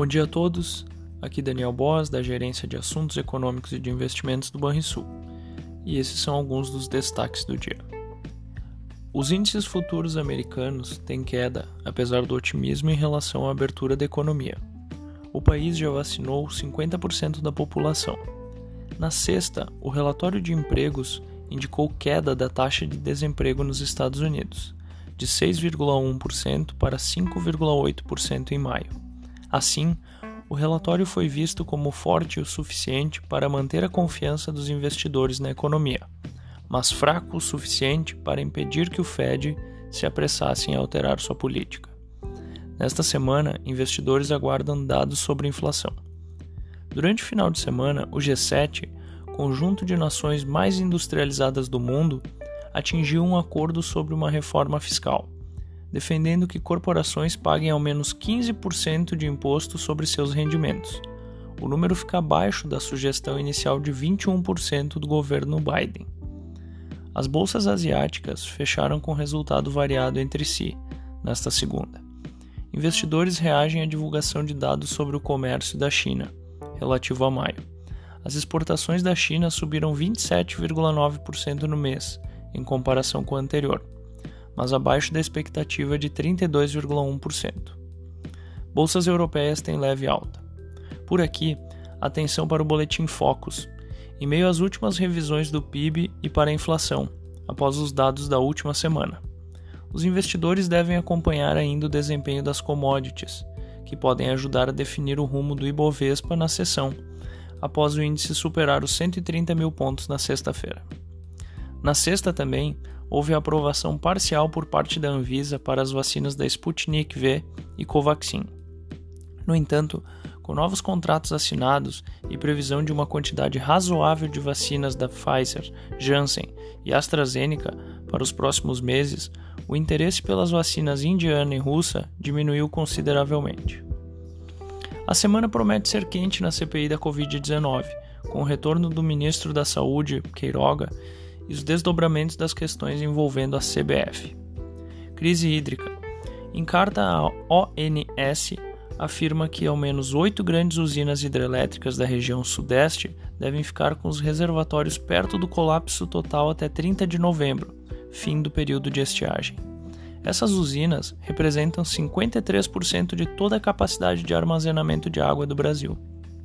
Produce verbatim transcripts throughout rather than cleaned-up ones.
Bom dia a todos, aqui Daniel Boas, da Gerência de Assuntos Econômicos e de Investimentos do Banrisul, e esses são alguns dos destaques do dia. Os índices futuros americanos têm queda, apesar do otimismo em relação à abertura da economia. O país já vacinou cinquenta por cento da população. Na sexta, o relatório de empregos indicou queda da taxa de desemprego nos Estados Unidos, de seis vírgula um por cento para cinco vírgula oito por cento em maio. Assim, o relatório foi visto como forte o suficiente para manter a confiança dos investidores na economia, mas fraco o suficiente para impedir que o Fed se apressasse em alterar sua política. Nesta semana, investidores aguardam dados sobre inflação. Durante o final de semana, o G sete, conjunto de nações mais industrializadas do mundo, atingiu um acordo sobre uma reforma fiscal, defendendo que corporações paguem ao menos quinze por cento de imposto sobre seus rendimentos. O número fica abaixo da sugestão inicial de vinte e um por cento do governo Biden. As bolsas asiáticas fecharam com resultado variado entre si, nesta segunda. Investidores reagem à divulgação de dados sobre o comércio da China, relativo a maio. As exportações da China subiram vinte e sete vírgula nove por cento no mês, em comparação com o anterior, mas abaixo da expectativa de trinta e dois vírgula um por cento. Bolsas europeias têm leve alta. Por aqui, atenção para o boletim Focus, em meio às últimas revisões do P I B e para a inflação, após os dados da última semana. Os investidores devem acompanhar ainda o desempenho das commodities, que podem ajudar a definir o rumo do Ibovespa na sessão, após o índice superar os cento e trinta mil pontos na sexta-feira. Na sexta também, houve a aprovação parcial por parte da Anvisa para as vacinas da Sputnik V e Covaxin. No entanto, com novos contratos assinados e previsão de uma quantidade razoável de vacinas da Pfizer, Janssen e AstraZeneca para os próximos meses, o interesse pelas vacinas indiana e russa diminuiu consideravelmente. A semana promete ser quente na C P I da covid dezenove, com o retorno do ministro da Saúde, Queiroga, e os desdobramentos das questões envolvendo a C B F. Crise hídrica. Em carta, a O N S afirma que ao menos oito grandes usinas hidrelétricas da região sudeste devem ficar com os reservatórios perto do colapso total até trinta de novembro, fim do período de estiagem. Essas usinas representam cinquenta e três por cento de toda a capacidade de armazenamento de água do Brasil.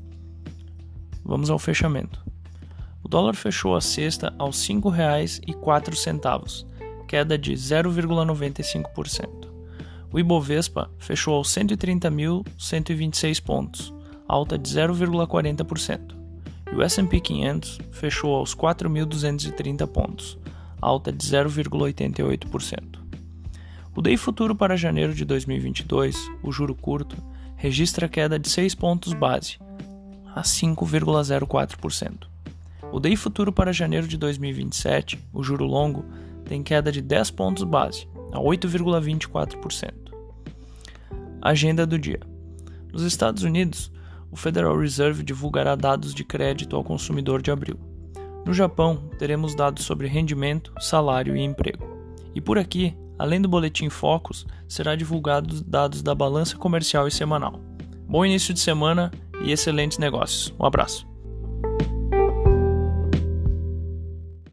Vamos ao fechamento. O dólar fechou a sexta aos cinco reais e quatro centavos, queda de zero vírgula noventa e cinco por cento. O Ibovespa fechou aos cento e trinta mil cento e vinte e seis pontos, alta de zero vírgula quarenta por cento. E o S and P quinhentos fechou aos quatro mil duzentos e trinta pontos, alta de zero vírgula oitenta e oito por cento. O D I futuro para janeiro de dois mil e vinte e dois, o juro curto, registra queda de seis pontos base, a cinco vírgula zero quatro por cento. O D I futuro para janeiro de dois mil e vinte e sete, o juro longo, tem queda de dez pontos base, a oito vírgula vinte e quatro por cento. Agenda do dia. Nos Estados Unidos, o Federal Reserve divulgará dados de crédito ao consumidor de abril. No Japão, teremos dados sobre rendimento, salário e emprego. E por aqui, além do boletim Focus, será divulgados dados da balança comercial e semanal. Bom início de semana e excelentes negócios. Um abraço.